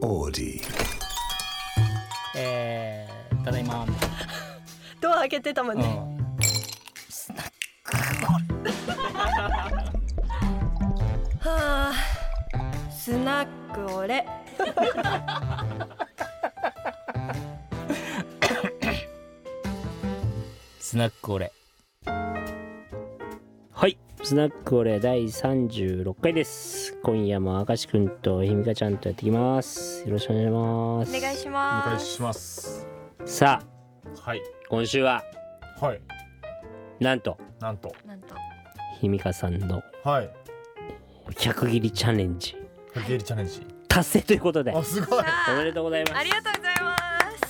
オーディただいまドア開けてたもんね、 スナックボールはあ、スナックオレスナックオレ。はい、スナックオレ第36回です。今夜も明石くんとひみかちゃんとやっていきます。よろしくお願いします。 お願いしおます。 願いします。 さあはい今週ははいなんとなんとなんとひみかさんのはい 100切りチャレンジかけりチャレンジ。 達成ということであ、すごい。 おめでとうございます。 ありがとうございます。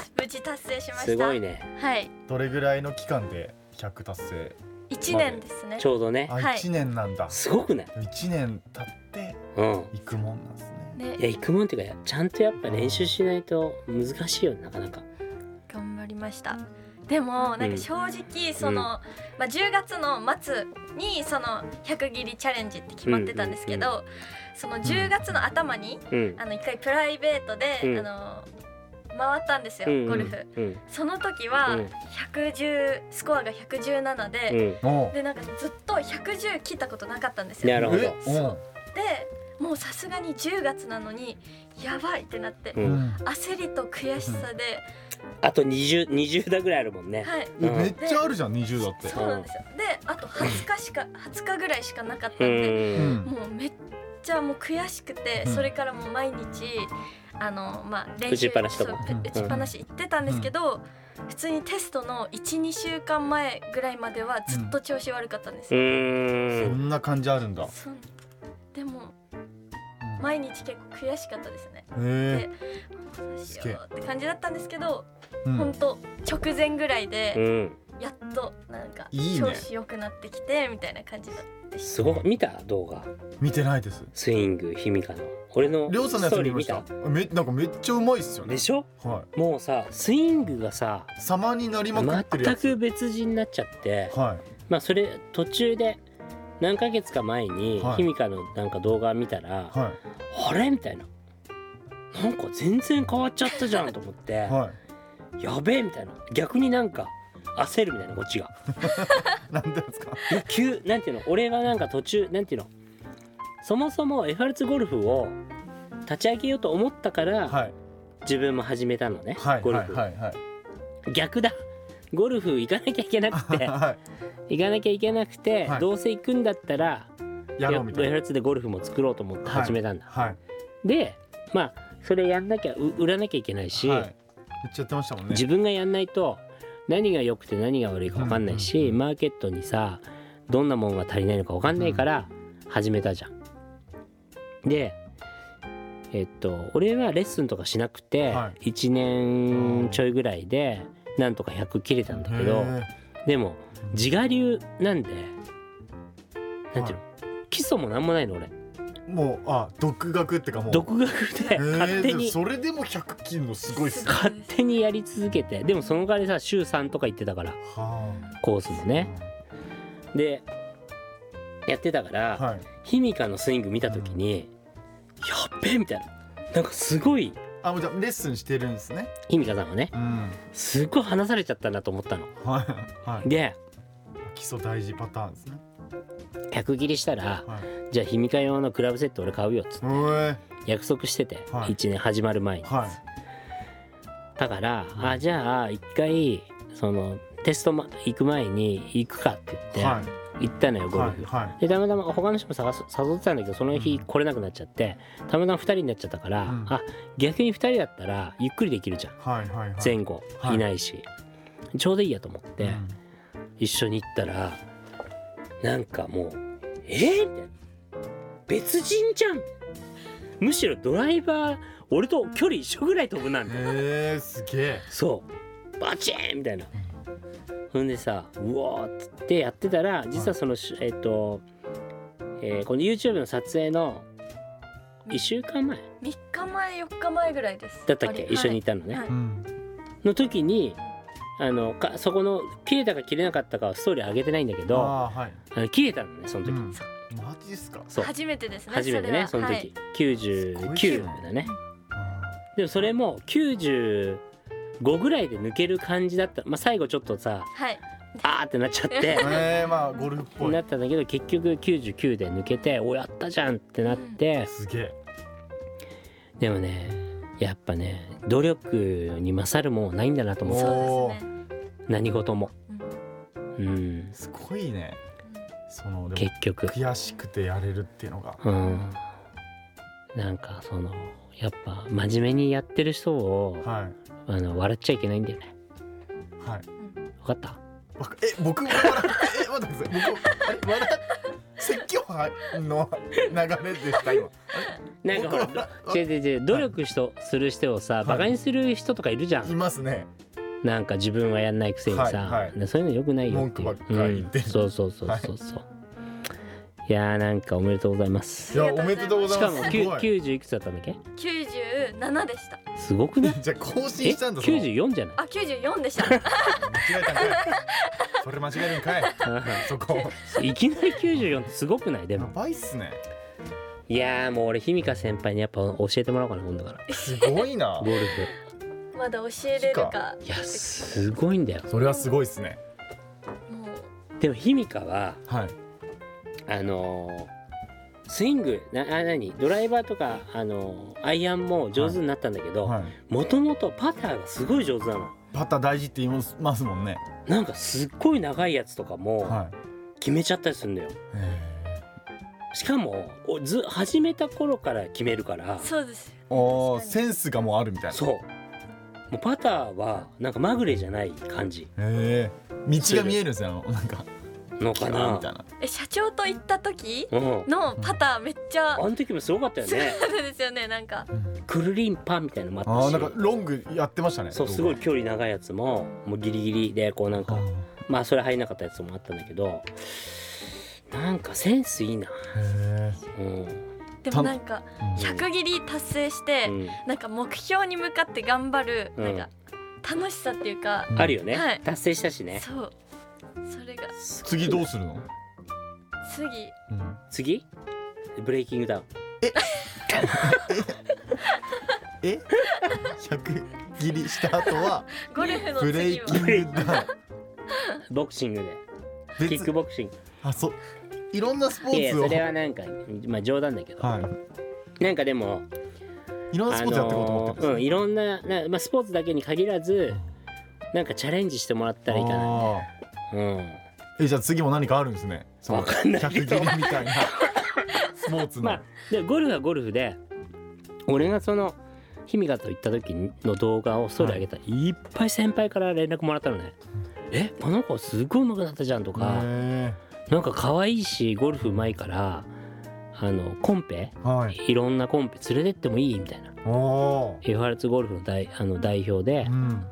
無事達成しました。 すごいね。 はい、 どれぐらいの期間で100達成？ 1年ですね。 ちょうどねあ、 はい 1年なんだ。 すごくない？ 1年経ってうん行くもんなんですね。 ね、 いや行くもんっていうかちゃんとやっぱ練習しないと難しいよなかなか。 頑張りました。でもなんか正直その、まあ、10月の末にその100切りチャレンジって決まってたんですけど、その10月の頭にうん一回プライベートで、 うん回ったんですよ、ゴルフ。 うんその時は110、スコアが117で、 うんおでなんかずっと110切ったことなかったんですよ。 なるほど。 そうでもうさすがに10月なのにやばいってなって、 うん焦りと悔しさで、 あと20打ぐらいあるもんね。 はい、 めっちゃあるじゃん、20だって。 そうなんですよ。であと20日ぐらいしかなかったうんで、 んもうめっちゃもう悔しくて、それからもう毎日まあ練習打ちっぱなしとかそう打ちっぱなし行ってたんですけど、普通にテストの 1,2 週間前ぐらいまではずっと調子悪かったんですうよ。 ーんそんな感じあるんだ。 そうでも毎日結構悔しかったですね。 へどうしようって感じだったんですけど、 え。 本当直前ぐらいでうんやっとなんかいいね調子良くなってきてみたいな感じだったし、 すごい。見た動画見てないです。 スイングひみかの俺のりょうさんのやつ見ました。なんかめっちゃうまいっすよね。 でしょ。 はもうさスイングがさい。様になりまくってるやつ。 全く別人になっちゃって、 はまあそれ途中で何ヶ月か前にはいひみかのなんか動画見たら、 いはあれみたいな、なんか全然変わっちゃったじゃんと思って、 いはやべえみたいな、逆になんか焦るみたいなこっちが。 い。なんでですか。 いやなんていうの、俺がなんか途中なんていうの、そもそも FR2 ゴルフを立ち上げようと思ったから、 はい自分も始めたのね、 はいはいゴルフ、 はいはい逆だ、ゴルフ行かなきゃいけなくては行かなきゃいけなくて、 はいどうせ行くんだったらい。やろうみたいな。 FR2 でゴルフも作ろうと思って始めたんだ、 はいでまあそれやんなきゃ売らなきゃいけないし、 はい。言っちゃってましたもんね。 自分がやんないと何が良くて何が悪いか分かんないし、マーケットにさどんなもんが足りないのか分かんないから始めたじゃん。で俺はレッスンとかしなくては 1年ちょいぐらいでなんとか100切れたんだけど、 へでも自我流なんで、なんていうの、基礎もなんもないの俺。 ーもう独学ってかもう。 独学で勝手でもにそれでも100切るのすごいっすね。 勝手にやり続けて、でもその代わりさ週3とか行ってたからはコースもね。でやってたから、 はい。 ひみかのスイング見た時に、やっべえみたいな、なんかすごいもうじゃあレッスンしてるんですね。 ひみかさんはねうん。 すっごい離されちゃったなと思ったのはいはい。 で、 基礎大事パターンですね。 100切りしたら、 はい。 じゃあひみか用のクラブセット俺買うよっつっておえ。 約束してて、 はい 1年始まる前に、 はだからじゃあ一回そのテスト行く前に行くかって言って、 いはい行ったのよゴルフ、 はいでたまたま他の人も誘ってたんだけど、その日来れなくなっちゃってたまたま2人になっちゃったから、 うん逆に2人だったらゆっくりできるじゃん、 はいはいはい。 前後はいいないし、ちょうどいいやと思って、 うん一緒に行ったらなんかもうみたいな、別人じゃん、むしろドライバー俺と距離一緒ぐらい飛ぶなんて、 すげえ。 そうバチーンみたいな、ほんでさうわーっつってやってたら、実はその、この YouTube の撮影の1週間前 3日前4日前ぐらいです。 だったっけ、一緒にいたのね、 はいうん。 の時にそこの切れたか切れなかったかはストーリー上げてないんだけど、 はい。 切れたのねその時、 うんマジですか。 そう初めてですね。 初めてねその時、 はい 99だね。 でもそれも95ぐらいで抜ける感じだった。まあ最後ちょっとさはいあーってなっちゃってまあゴルフっぽいなったんだけど、結局99で抜けておやったじゃんってなって、 すげえ。 でもねやっぱね努力に勝るもんないんだなと思ってた。 そうですね。 何事もうんすごいね。そのでも結局悔しくてやれるっていうのが、 なんかそのやっぱ真面目にやってる人をは笑っちゃいけないんだよね。 いはい。 分かった？ 僕も笑って待ってください。僕笑説教の流れでした今。 なんかほら違う努力する人をさバカにする人とかいるじゃん。 いますね。 なんか自分はやんないくせにさ、 はいそういうの良くないよっていう。 文句ばっかり言ってるそうそう。いやーなんかおめでとうございます。 いやおめでとうござしかもいます。すごい 90いくつだったんだっけ 97でした。 すごくない？ じゃあ更新したんだ。 94じゃない？ あ94でした間違えたんかい。それ間違えるんかい。そこいきなり94ってすごくない？でやもばいっすね。 いやーもう俺ひみか先輩にやっぱ教えてもらおうかな今度からすごいなゴ。ルフ。 まだ教えれるか。 いやすごいんだよ。 それはすごいっすね。 もでもひみかははいスイングドライバーとかアイアンも上手になったんだけど、 はい。 もともとパターがすごい上手なの。 パター大事って言いますもんね。 なんかすっごい長いやつとかもは決めちゃったりするんだよ。 い。 しかも始めた頃から決めるからうそうですよ。 おー確かにセンスがもうあるみたいな。 そうもうパターはなんかまぐれじゃない感じ道が見えるんですよ。なんかのかなみたいな。 社長と行った時うんのパターめっちゃあの時もすごかったよね。 そうですよね。なんかくるりんぱみたいなのもあったしなんかロングやってましたね。 そうすごい距離長いやつももうギリギリでこうなんかまあそれ入んなかったやつもあったんだけど、なんかセンスいいな。うんでもなんか100切り達成してなんか目標に向かって頑張るなんか楽しさっていうか、 あるよね、 はい達成したしね。 そうそれが次どうするの？ 次次ブレイキングダウン。 100切りした後はゴルフのブレイ次はキングダウン。 ボクシングでキックボクシング。 いろんなスポいやーツをそれはなんかまあ冗談だけど、なんかでもいろんなスポーツやっていこうと思ってるんですね。 いろんなまあ、スポーツだけに限らずなんかチャレンジしてもらったらいいかな。 じゃあ次も何かあるんですね。 わかんないけど 100切りみたいなスポーツの。 まあでゴルフはゴルフで俺がそのひみかと行った時の動画をストーリー上げたら、いっぱい先輩から連絡もらったのね。この子すごい上手くなったじゃんとか、なんか可愛いしゴルフ上手いからコンペ、いろんなコンペ連れてってもいいみたいな。FR2 ゴルフの代表で、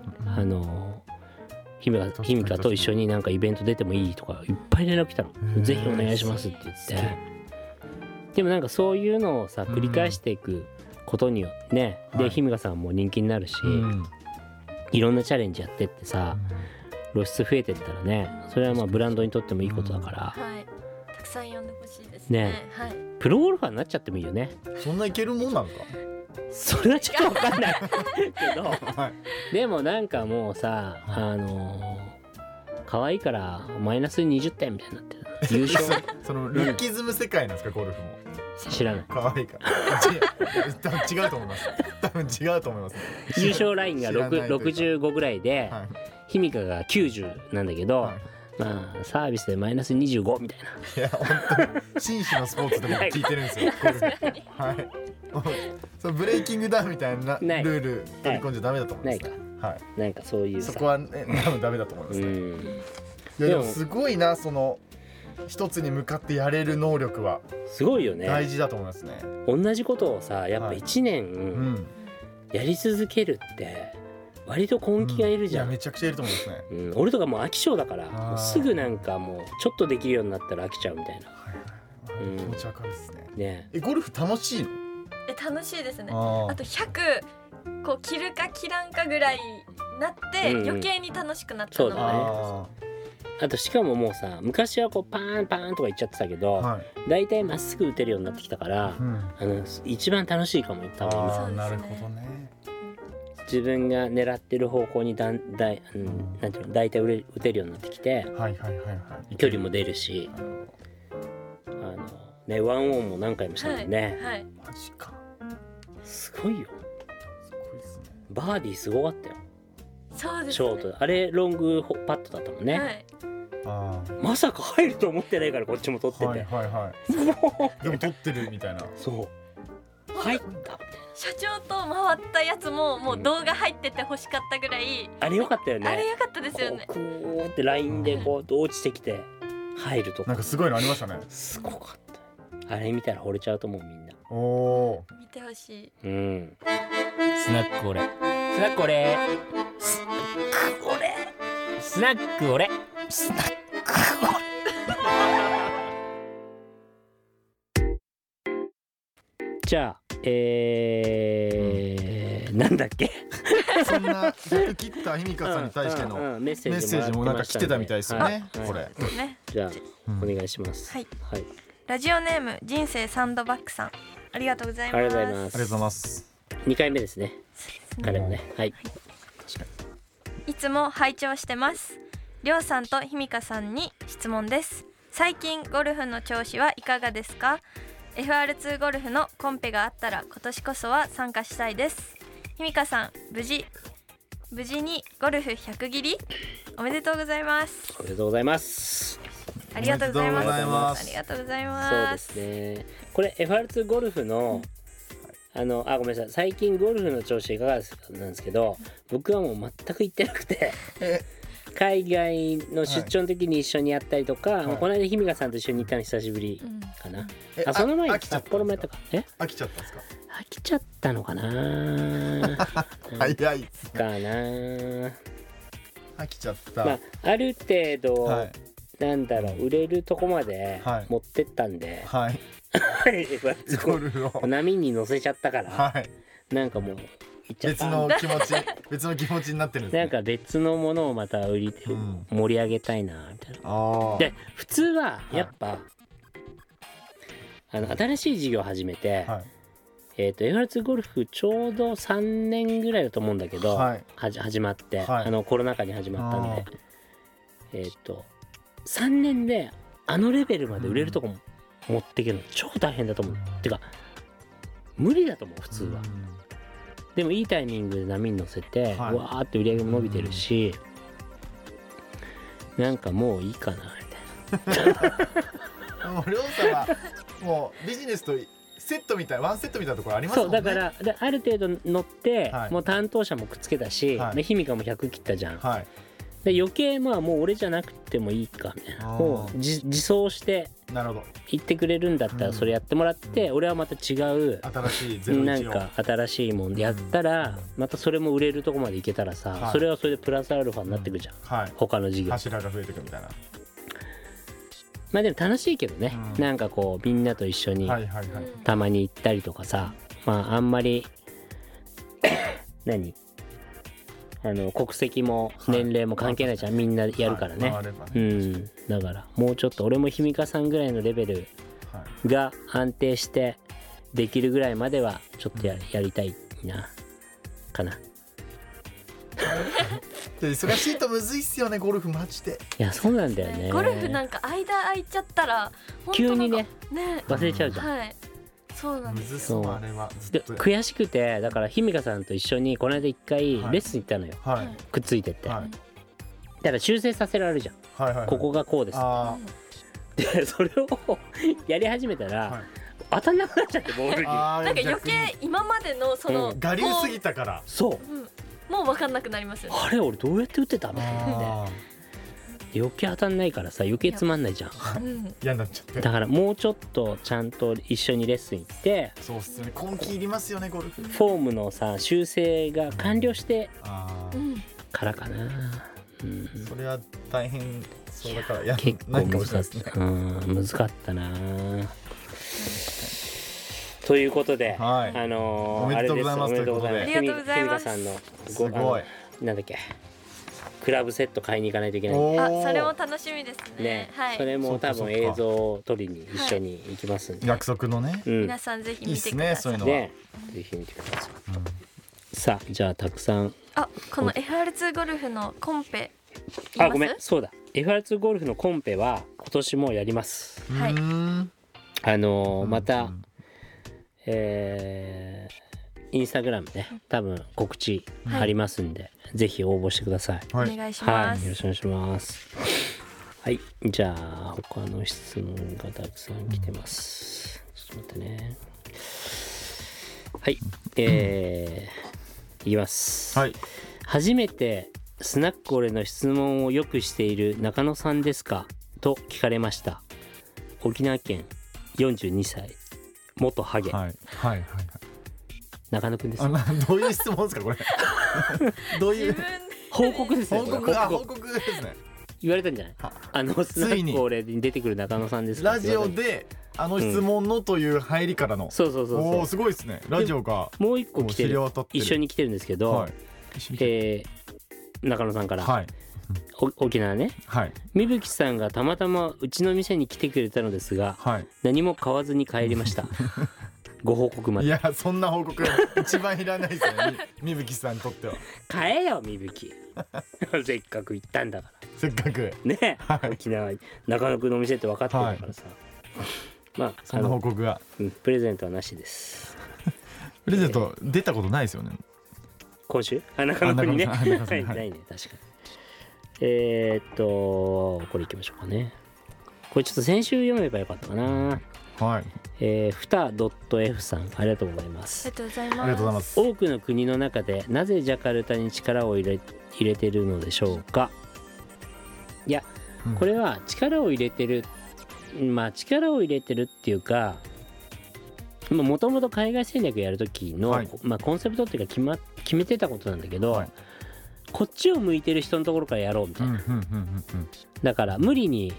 ひみかと一緒になんかイベント出てもいいとかいっぱい連絡来たの。ぜひお願いしますって言って。でもなんかそういうのをさ繰り返していくことによってね、でひみかさんも人気になるし、いろんなチャレンジやってってさ、露出増えてったらね、それはまあブランドにとってもいいことだから、 はいたくさん呼んでほしいですね。はいプロゴルファーになっちゃってもいいよね。 そんないけるもんなんですか？ それはちょっと分かんないけど、でもなんかもうさ可愛いからマイナス20点みたいになってる。優勝そのルッキズム世界なんですかゴルフも？ 知らない。 可愛いから多分違うと思います。多分違うと思います。 優勝ラインが65ぐらいで、ひみかが90なんだけど、まあサービスでマイナス25みたいな。 いや本当に紳士のスポーツでも聞いてるんですよゴルフ。そのブレイキングダウンみたいなルール取り込んじゃダメだと思います。 なんかそういうそこはね多分ダメだと思いますね。いやでもすごいな、その一つに向かってやれる能力はすごいよね。 大事だと思いますね。 同じことをさやっぱ1年やり続けるって割と根気がいるじゃん。 いやめちゃくちゃいると思いますね。 俺とかもう飽き性だからもうすぐなんかもうちょっとできるようになったら飽きちゃうみたいな。 気持ちわかるですね。 ねゴルフ楽しいの？ 楽しいですね。あと100こう切るか切らんかぐらいなって余計に楽しくなったのもあります。 あとしかももうさ昔はこうパーンパーンとか言っちゃってたけど、だいたいまっすぐ打てるようになってきたから、一番楽しいかも言った方がいい。 なるほどね。 自分が狙ってる方向になんていうの、大体打てるようになってきて、距離も出るし、ね、ワンオンも何回もしたもんね。 マジか。 すごいよ。 すごいですね。 バーディーすごかったよ。 そうですね。 ショートあれロングパットだったもんね。 はい。 まさか入ると思ってないからこっちも取ってて。 でも取ってるみたいな。 そう。入った。 社長と回ったやつももう動画入ってて欲しかったぐらい。 あれ良かったよね。 あれ良かったですよね。 こうってラインでこう落ちてきて入るとか。 なんかすごいのありましたね。 すごかった。あれ見たら惚れちゃうと思うみんな。 見てほしい。 スナックオレ。スナックオレ。スナックオレ。スナックオレ。スナックオレ。じゃあなんだっけ。 そんな逆切ったひみかさんに対してのメッセージもなんか来てたみたいですよね。これ。 じゃあお願いします。 はい。ラジオネーム人生サンドバッグさん、ありがとうございます。 ありがとうございます。 ありがとうございます。 2回目ですね。彼もね。はい。 確かに。いつも拝聴してます。りょうさんとひみかさんに質問です。最近ゴルフの調子はいかがですか？ FR2 ゴルフのコンペがあったら今年こそは参加したいです。ひみかさん、無事にゴルフ100切りおめでとうございます。 おめでとうございます。 ありがとうございます。ありがとうございます。 そうですね。これ FR2 ゴルフのごめんなさい。最近ゴルフの調子いかがですかなんですけど、僕はもう全く行ってなくて海外の出張の時に一緒にやったりとか、この間ひみかさんと一緒に行ったの久しぶりかな。その前に札幌もやったか。 飽きちゃったんですか？ 飽きちゃったのかな。 早いかな。飽きちゃった。 まあある程度、なんだろう、売れるとこまで持ってったんで、ゴルフを波に乗せちゃったから、なんかもう別の気持ちになってるんですね。 なんか別のものをまた盛り上げたいなみたいな。で普通はやっぱ、新しい事業を始めて、FR2 ゴルフちょうど3年ぐらいだと思うんだけど、始まって、コロナ禍に始まったんで、3年でレベルまで売れるとこも持っていけるの超大変だと思う。てか無理だと思う普通は。でもいいタイミングで波に乗せて、わーって売り上げも伸びてるし、なんかもういいかなみたいな。 もうりょうさんはもうビジネスとセットみたいワンセットみたいなところありますもんね。 そうだからある程度乗って、もう担当者もくっつけたし、でひみかも100切ったじゃん。で余計もう俺じゃなくてもいいかみたいな。もう自走して言ってくれるんだったらそれやってもらって、俺はまた違う新しい0-1をなんか新しいもんでやったら、またそれも売れるとこまでいけたらさ、それはそれでプラスアルファになってくじゃん、他の事業柱が増えてくみたいな。 まあでも楽しいけどね、なんかこうみんなと一緒にたまに行ったりとかさ、まああんまり国籍も年齢も関係ないじゃん、みんなやるからね。だからもうちょっと俺もひみかさんぐらいのレベルが安定してできるぐらいまではちょっとやりたいなかな。 忙しいとむずいっすよねゴルフマジで。 いやそうなんだよね。 ゴルフなんか間空いちゃったら急にね忘れちゃうじゃん。 そうなんです。 むずそうあれは悔しくて、だからひみかさんと一緒にこの間1回レッスン行ったのよ、くっついてって、だから修正させられるじゃん、ここがこうですでそれをやり始めたら、当たんなくなっちゃってボールに。 なんか余計今までのその我流すぎたから、 そうもう分かんなくなりますよね。 あれ俺どうやって打ってたみたいな。余計当たんないからさ、余計つまんないじゃん。 嫌になっちゃって。 だからもうちょっとちゃんと一緒にレッスン行って、 そうっすね、根気いりますよねゴルフ。 フォームのさ修正が完了してからかな。 それは大変そうだから結構難かった、難かったな。ということで、 おめでとうございますということで、 ありがとうございます。 ひみかさんのすごいなんだっけ、クラブセット買いに行かないといけない。 それも楽しみですね。 それも多分映像を撮りに一緒に行きますんで、 約束のね。 皆さんぜひ見てください。 いいっすねそういうのは。 ぜひ見てください。 さあじゃあたくさんこの FR2 ゴルフのコンペごめんそうだ FR2 ゴルフのコンペは今年もやります。 はい。 また、インスタグラムね多分告知ありますんで、ぜひ応募してください。 お願いします。 はい、よろしくお願いします。はい、じゃあ他の質問がたくさん来てます。ちょっと待ってね。はい、いきます。 はい。 初めてスナックオレの質問をよくしている中野さんですかと聞かれました。沖縄県42歳元ハゲ、 はいはいはいはい、 中野くんです。 どういう質問ですかこれどういう報告ですよ。 報告ですね。 言われたんじゃない？スナックオレに出てくる中野さんですか。 ラジオで質問のという入りからの、 そうおーすごいですね。ラジオがもう一個来てる、一緒に来てるんですけど、中野さんから、はい、沖縄ね、はい、みぶきさんがたまたまうちの店に来てくれたのですが、はい、何も買わずに帰りましたご報告まで。 いやそんな報告一番いらないですよねみぶきさんにとっては。 買えよみぶきせっかく行ったんだから。 せっかくね、はい、沖縄中野くんのお店って分かってるからさ、はい、まあそんな報告が、 プレゼントはなしですプレゼント出たことないですよね今週。中野くんにねないね確かに。これいきましょうかね。これちょっと先週読めばよかったかな。はい。ふた .f さんありがとうございます。 ありがとうございます。 多くの国の中でなぜジャカルタに力を入れてるのでしょうか。いや、これは力を入れてる、まあ力を入れてるっていうか、もともと海外戦略やるときの、はい、まあ、コンセプトっていうか決めてたことなんだけど、はい、こっちを向いてる人のところからやろうみたいな。だから無理に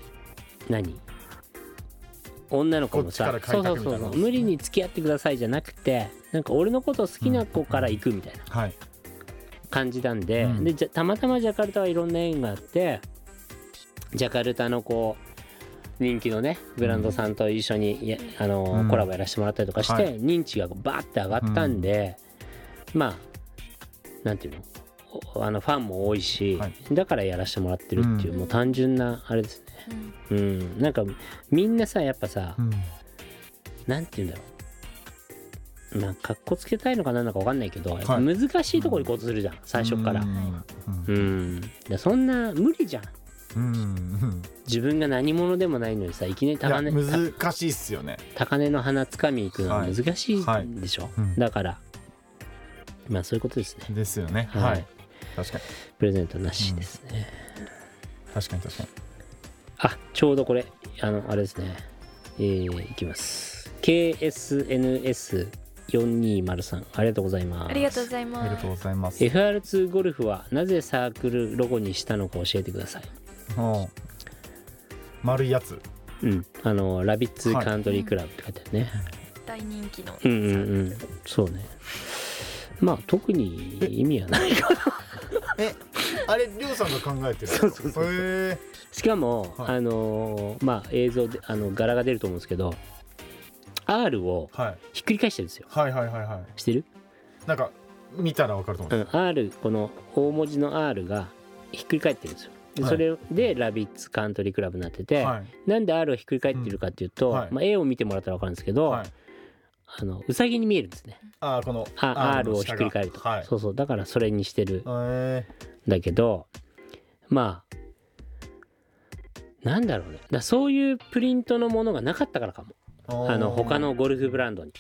女の子もさ、そう無理に付き合ってくださいじゃなくて、なんか俺のこと好きな子から行くみたいな感じなんで、でたまたまジャカルタはいろんな縁があって、ジャカルタのこう人気のねブランドさんと一緒にコラボやらせてもらったりとかして、認知がバーって上がったんで、まあなんていうの、ファンも多いし、だからやらせてもらってるっていう、もう単純なあれですね。なんかみんなさやっぱさ、なんていうんだろう、まあかっこつけたいのかなんだか分かんないけど、難しいところに行こうとするじゃん、最初から。そんな無理じゃん。自分が何者でもないのにさ、いきなり難しいっすよね。 高嶺の花つかみ行くのは難しいでしょ、だからまあそういうことですね。 ですよね。はい。確かに。 プレゼントなしですね。 確かに。 ちょうどこれあれですね。いきます。KSNS4203 ありがとうございます。 ありがとうございます。 FR2 ゴルフはなぜサークルロゴにしたのか教えてください。 丸いやつ。 ラビッツカントリークラブって書いてあるね。 大人気の。 そうね。まあ特に意味はないかな。 あれりょうさんが考えてる。 そうしかも、まあ映像で柄が出ると思うんですけど、 R をひっくり返してるんですよ。知ってる？ なんか見たらわかると思う。 R、この大文字の R がひっくり返ってるんですよ。でそれでラビッツカントリークラブになってて、なんで R がひっくり返ってるかっていうと、まあ、絵を見てもらったらわかるんですけど、うさぎに見えるんですね。この R をひっくり返ると、そうだからそれにしてるだけど、まあなんだろうね、そういうプリントのものがなかったからかも。他のゴルフブランドに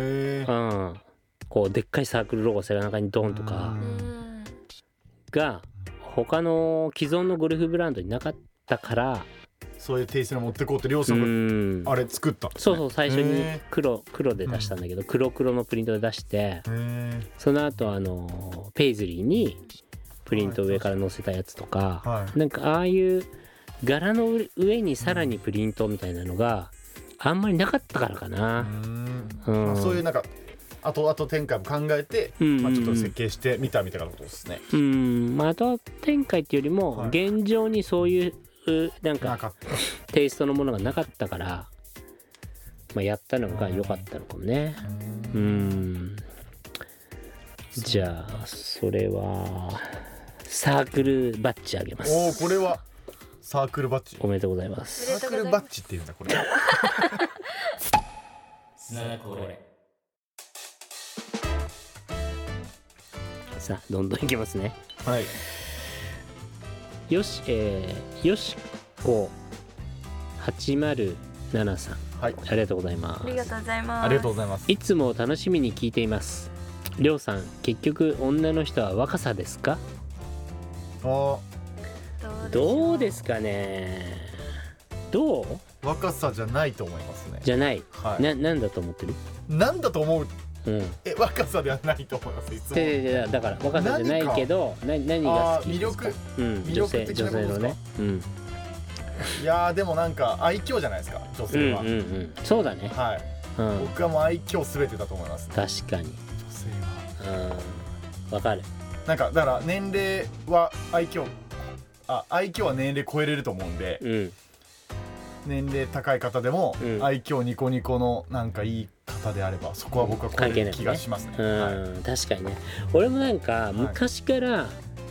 こうでっかいサークルロゴ背中にドンとかが他の既存のゴルフブランドになかったから、 そういうテイストに持ってこうってりょうさんがあれ作ったんですね。 そう最初に黒で出したんだけど、黒のプリントで出して、その後ペイズリーにプリント上から載せたやつとか、なんかああいう柄の上にさらにプリントみたいなのがあんまりなかったからかな。 そういうなんか後展開も考えて、ちょっと設計してみたみたいなことですね。 後展開っていうよりも、現状にそういうなんかテイストのものがなかったから、まあ、やったのが良かったのかもね。 じゃあそれはサークルバッジあげます。 おお、これはサークルバッジ。 おめでとうございます。 サークルバッジっていうんだこれ。 さあどんどんいきますね。 はい。 よしこ807さん、 はい、 ありがとうございます。 ありがとうございます。 ありがとうございます。 いつも楽しみに聞いています。りょうさん、結局女の人は若さですか？どうですかね。どう？ 若さじゃないと思いますね。 じゃない。 はい。 なんだと思ってる？ なんだと思う？ うん、 若さではないと思います。いつも。 だから若さじゃないけど何が好きですか？ 魅力的なことですか？ 女性のね。うん。 いやーでもなんか愛嬌じゃないですか、女性は。 そうだね。 はい。僕はもう愛嬌すべてだと思います。 確かに。 女性は。 わかる。 なんかだから年齢は愛嬌は年齢超えれると思うんで。年齢高い方でも愛嬌ニコニコのなんかいい方であればそこは僕は超える気がしますね。 確かにね。俺もなんか昔から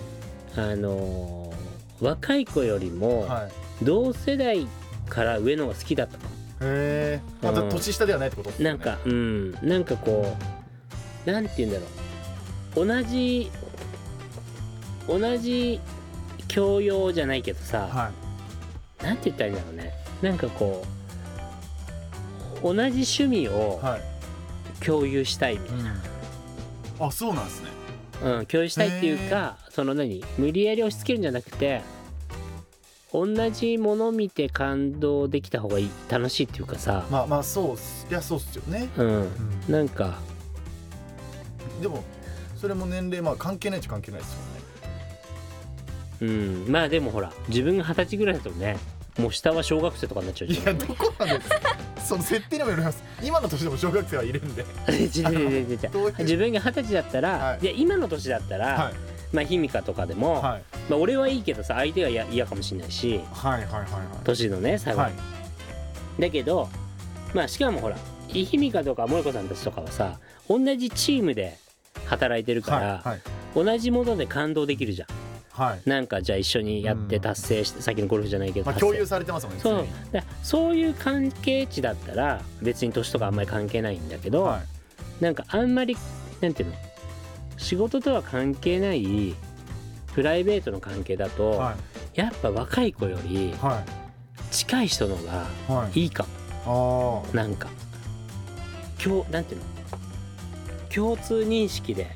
若い子よりも同世代から上の方が好きだったかも。 へえ。また年下ではないってことですね。 なんかこうなんて言うんだろう。同じ教養じゃないけどさ、なんて言ったらいいんだろうね。なんかこう同じ趣味を共有したいみたいな。 あ、そうなんですね。 共有したいっていうか、無理やり押し付けるんじゃなくて、同じもの見て感動できた方がいい、楽しいっていうかさ。 まあそうっすよね。 なんかでもそれも年齢関係ないっちゃ関係ないですよね。まあでもほら自分が20歳ぐらいだとね、もう下は小学生とかになっちゃうじゃん。 いや、どこなんですか。その設定にもよります。今の年でも小学生はいるんで。 自分が20歳だったら、いや今の年だったら、まあひみかとかでも、まあ俺はいいけどさ、相手が嫌かもしれないし、年のね差が。だけど、まあしかもほら、ひみかとか萌子さんたちとかはさ、同じチームで働いてるから、同じもので感動できるじゃん。なんかじゃあ一緒にやって達成して、さっきのゴルフじゃないけど共有されてますもんね。 そういう関係値だったら別に年とかあんまり関係ないんだけど、なんかあんまりなんていうの、仕事とは関係ないプライベートの関係だと、やっぱ若い子より近い人のがいいかも。なんかなんていうの、共通認識で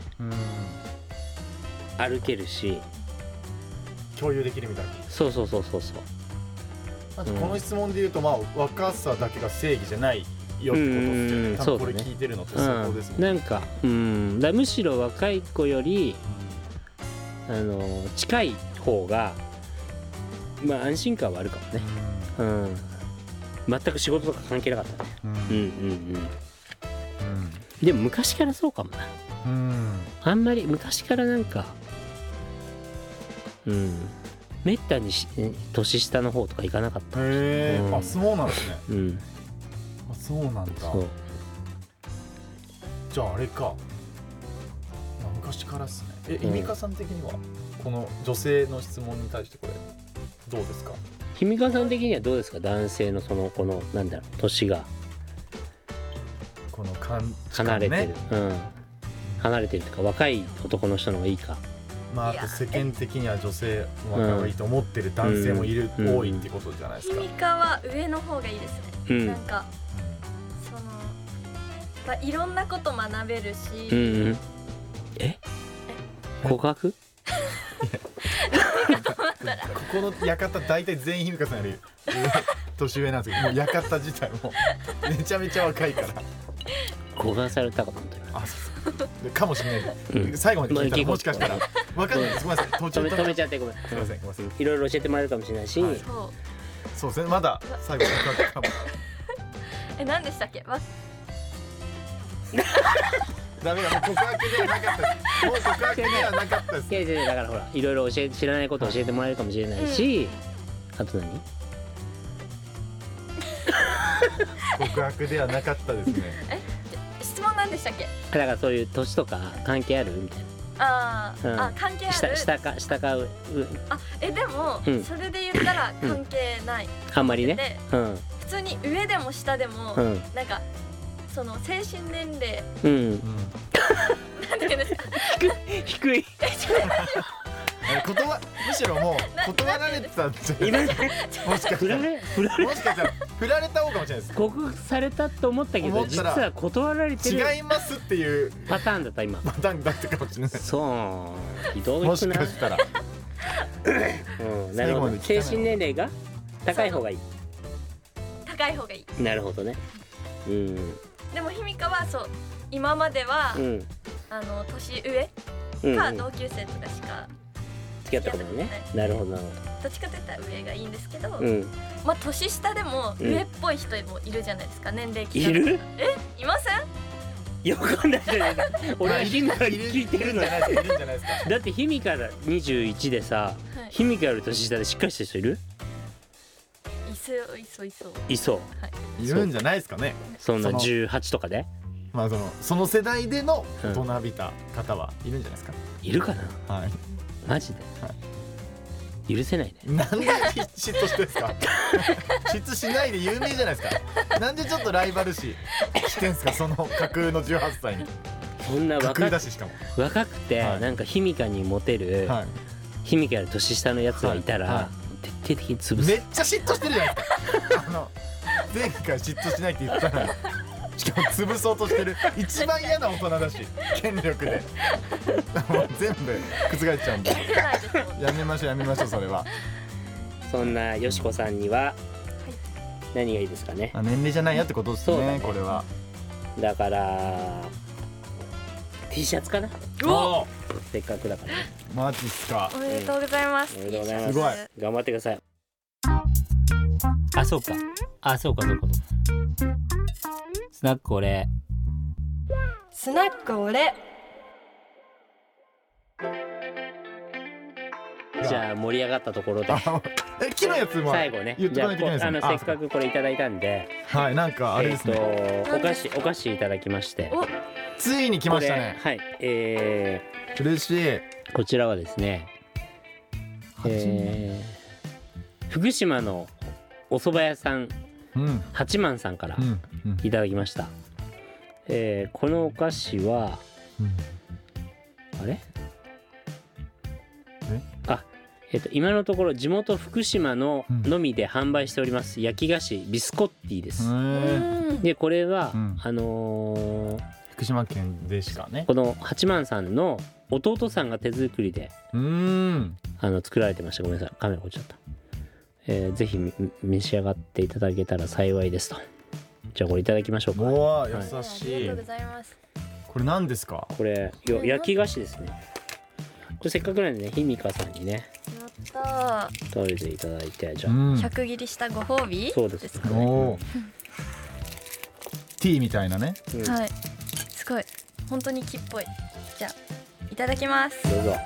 歩けるし、 共有できるみたいな。 そう。 この質問で言うと、若さだけが正義じゃないよってことですよね。多分これ聞いてるのってそこですもんね。 なんかむしろ若い子より近い方が安心感はあるかもね。全く仕事とか関係なかったね。でも昔からそうかもな。あんまり昔からなんかめったに年下の方とか行かなかった。 へえ。そうなんですね。そうなんだ。じゃああれか、昔からですね。ひみかさん的にはこの女性の質問に対してこれどうですか？ ひみかさん的にはどうですか？男性のこのなんだろう、年がこの離れてる、離れてるとか、若い男の人の方がいいか。 あと世間的には女性の方がいいと思ってる男性も多いってことじゃないですか。 ひみかは上の方がいいですね。なんかいろんなこと学べるし。 告白？ここの館大体全員ひみかさんより年上なんですけど、もう館自体もめちゃめちゃ若いから。 告白されたかと思ったよ。 かもしれない。最後まで聞いたらもしかしたら分かんないです。ごめんなさい。 止めちゃってごめん。 すみません。 いろいろ教えてもらえるかもしれないし。 そうですね。まだ最後の告白かも。 何でしたっけ？ ダメだ、もう告白ではなかったです。もう告白ではなかったです。 だからほら、いろいろ知らないことを教えてもらえるかもしれないし、あと何？ 告白ではなかったですね。 質問投何でしたっけ？ だからそういう年とか関係あるみたいな。 関係ある。 下かでも、それで言ったら関係ない、 あんまりね。 普通に上でも下でも、なんかその精神年齢、なんていうんですか、 低いむしろもう断られてたんじゃないもしかしたら振られた方かもしれないです。 告白されたと思ったけど実は断られてる違いますっていうパターンだった今。 パターンだったかもしれない。 そうひどいな。 もしかしたらなるほど。精神年齢が高い方がいい。 高い方がいい。 なるほどね。 でもひみかはそう今までは、年上か同級生とかしか付き合ったことないね。なるほどなるほど。どっちかといったら上がいいんですけど、まあ年下でも上っぽい人もいるじゃないですか、年齢聞いたら。いる？いません？ いやわかんないじゃない俺はひみかに聞いてるの。 いるんじゃないですか。 だってひみかが21でさ、ひみかより年下でしっかりしてる人いる？いそう。 いるんじゃないですかね。 そんな18とかで。 まあその世代での大人びた方はいるんじゃないですか。 いるかな。 はい。 マジで。許せないね。 なんで嫉妬してんすか。嫉妬しないで有名じゃないですか。なんでちょっとライバル視してんすか、その架空の18歳に。 そんな架空だし、しかも若くてなんかひみかにモテるひみかより年下のやつがいたら徹底的に潰す。 めっちゃ嫉妬してるじゃないですか。前回嫉妬しないって言ったのに、しかも潰そうとしてる一番嫌な大人だし、権力でもう全部覆っちゃうんでやめましょうそれは。 そんなよしこさんには何がいいですかね。 年齢じゃないやってことですね。これはだから T シャツかな。せっかくだからね。 マジっすか。 おめでとうございます。 おめでとうございます。 すごい頑張ってください。そうかスナック俺じゃあ盛り上がったところで木のやつも最後ね。 言ってこないといけないですね。 せっかくこれいただいたんで、 なんかあれですね、 お菓子いただきまして、 ついに来ましたね。嬉しい。 こちらはですね、福島のお蕎麦屋さん八幡さんからいただきました。このお菓子はあれ今のところ地元福島ののみで販売しております焼き菓子ビスコッティです。でこれは福島県でしかね、 この八幡さんの弟さんが手作りで作られてました。ごめんなさい、カメラ落ちちゃった。ぜひ召し上がっていただけたら幸いですと。じゃあこれいただきましょうか。 おー優しい。 ありがとうございます。 これ何ですか？ これ焼き菓子ですね。これせっかくなんでね、ひみかさんにね食べていただいて、じゃあ 100切りしたご褒美。 そうですね。 ティーみたいなね。 はい、すごい本当に木っぽい。じゃあいただきます。 どうぞ。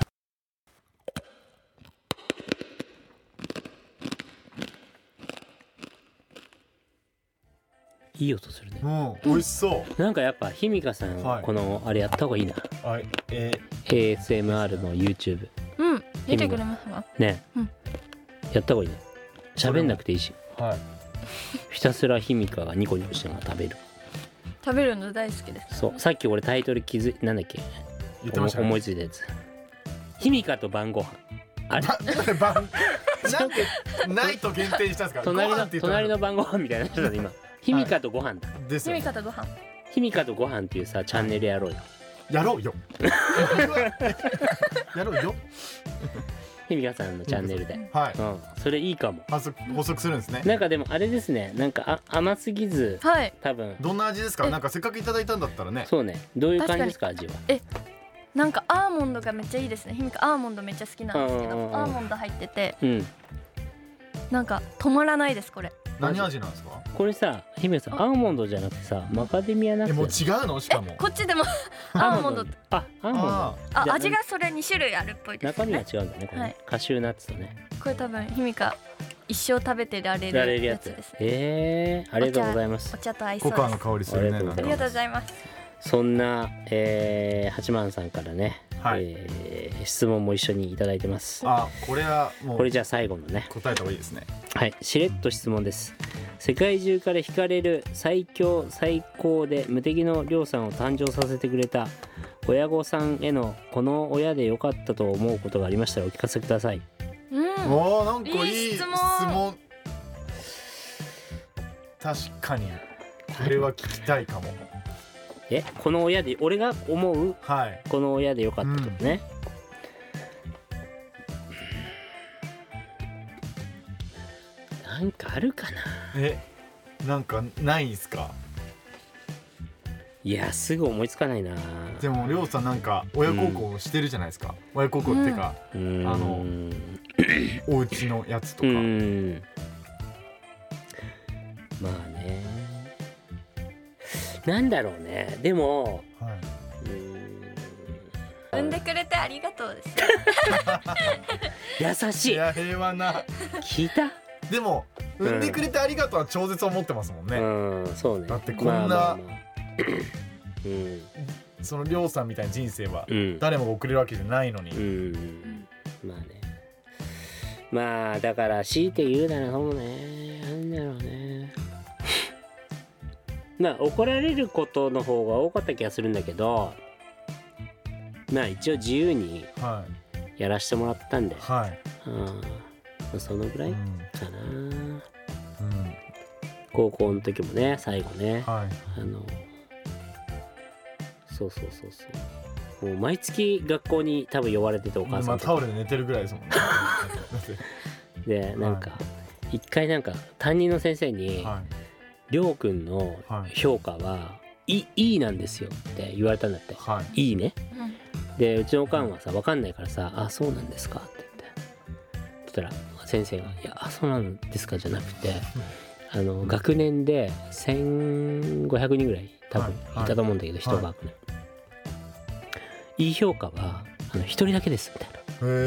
いい音するね。 美味しそう。 なんかやっぱひみかさん、このあれやった方がいいな。ASMR の YouTube。 見てくれますかね。やった方がいいね。喋んなくていいし。ひたすらひみかがニコニコしながら食べるの大好きです。 そう、さっき俺タイトルなんだっけ言ってました、 思いついたやつ。ひみかと晩ご飯。あれなんでないと限定したんですか？ 隣の晩ご飯みたいな人だね今。ひみかとご飯だ。 ひみかとご飯。 ひみかとご飯っていうさチャンネルやろうよ。 やろうよ。やろうよ。 ひみかさんのチャンネルで。それいいかも。 補足するんですね。 なんかでもあれですね。なんか甘すぎず。多分。 どんな味ですか？なんかせっかくいただいたんだったらね。 そうね。どういう感じですか味は？ なんかアーモンドがめっちゃいいですね。ひみかアーモンドめっちゃ好きなんですけど、アーモンド入ってて、なんか止まらないですこれ。 何味なんですか？ これさ、ひみかさんアーモンドじゃなくてさマカデミアナッツ。 もう違うの？しかもこっちでもアーモンド。 アーモンド。味がそれ2種類あるっぽいですね。 中身が違うんだねこれ。カシューナッツとね。 これ多分ひみか一生食べてられるやつです。 ありがとうございます。 お茶と合いそうです。 ココアの香りするね。 ありがとうございます。 そんな、八幡さんからね、 はい、 質問も一緒にいただいてます。 これはもうこれじゃあ最後のね答えた方がいいですね。 はい、しれっと質問です。世界中から惹かれる最強最高で無敵のりょうさんを誕生させてくれた親御さんへのこの親でよかったと思うことがありましたらお聞かせください。 なんかいい質問。確かにこれは聞きたいかも。 この親で俺が思う、この親でよかったとね、なんかあるかな。 なんかないんすか。 いやすぐ思いつかないな。 でもりょうさんなんか親孝行してるじゃないですか、親孝行ってか、お家のやつとか。 まあね、なんだろうね。でも、 産んでくれてありがとうです。 優しい。 いや平和な。 聞いた。 でも産んでくれてありがとうは超絶思ってますもんね。 そうね。だってこんな、そのりょうさんみたいな人生は誰もが送れるわけじゃないのに。 まあね。まあだから強いて言うならそうね、なんだろうね。まあ怒られることの方が多かった気がするんだけど、まあ一応自由にやらしてもらったんで、そのぐらいかな。高校の時もね、最後ね、そうもう毎月学校に多分呼ばれてて、お母さんタオルで寝てるぐらいですもんね。 でなんか一回なんか担任の先生に、りょうくんの評価はいいなんですよって言われたんだって。いいね。でうちのおかんはさ分かんないからさ、あそうなんですかって言ったら先生が、いやそうなんですかじゃなくて、学年で1500人ぐらい多分いたと思うんだけど、一学年、いい評価は一人だけですみたいな。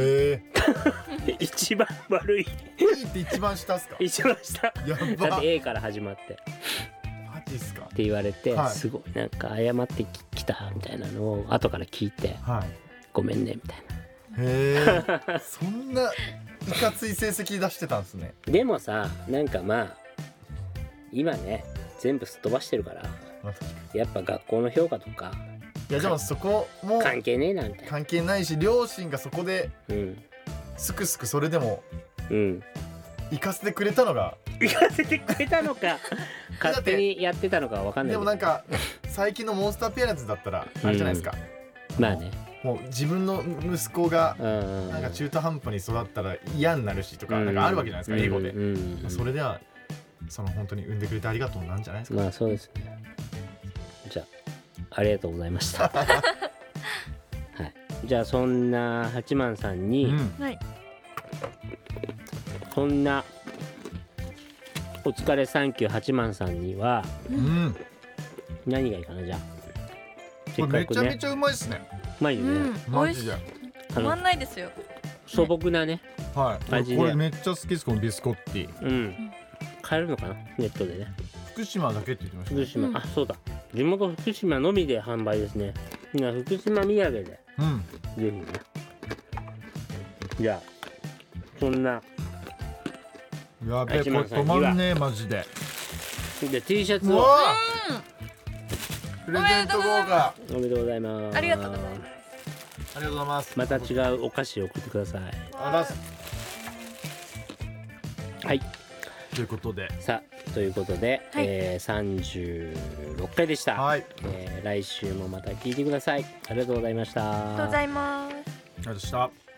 一番悪い。 って一番下っすか。 一番下。だって A から始まってマジっすかって言われて、すごいなんか謝ってきたみたいなのを後から聞いて、ごめんねみたいな。そんないかつい成績出してたんですね。 でもさ、なんかまあ今ね全部すっ飛ばしてるから、やっぱ学校の評価とか、 いやでもそこも関係ねえなみたいな。 関係ないし、両親がそこですくすくそれでも行かせてくれたのが、勝手にやってたのかは分かんないけど、でもなんか最近のモンスターペアレンツだったらあれじゃないですか、 まあね、 もう自分の息子がなんか中途半端に育ったら嫌になるしとか、なんかあるわけじゃないですか、英語で。それではその本当に産んでくれてありがとうなんじゃないですか。 まあそうですね。じゃあありがとうございました。はい、じゃあそんな八幡さんに、そんなお疲れサンキュー八幡さんには、何がいいかな。じゃあこれめちゃめちゃうまいですね。 うまいよね、 マジで止まんないですよ。 素朴なね、 味でこれめっちゃ好きです。このビスコッティ買えるのかな、ネットでね。 福島だけって言ってましたね。 福島、あそうだ、地元福島のみで販売ですね。みんな福島土産で、ぜひね。じゃあそんなやべえ、これ止まんねえマジで。 で T シャツをプレゼント豪華。 おめでとうございます。 ありがとうございます。 ありがとうございます。 また違うお菓子を送ってください。はい、 ということで 36回でした。来週もまた聞いてください。ありがとうございました。 ありがとうございます。 ありがとうございました。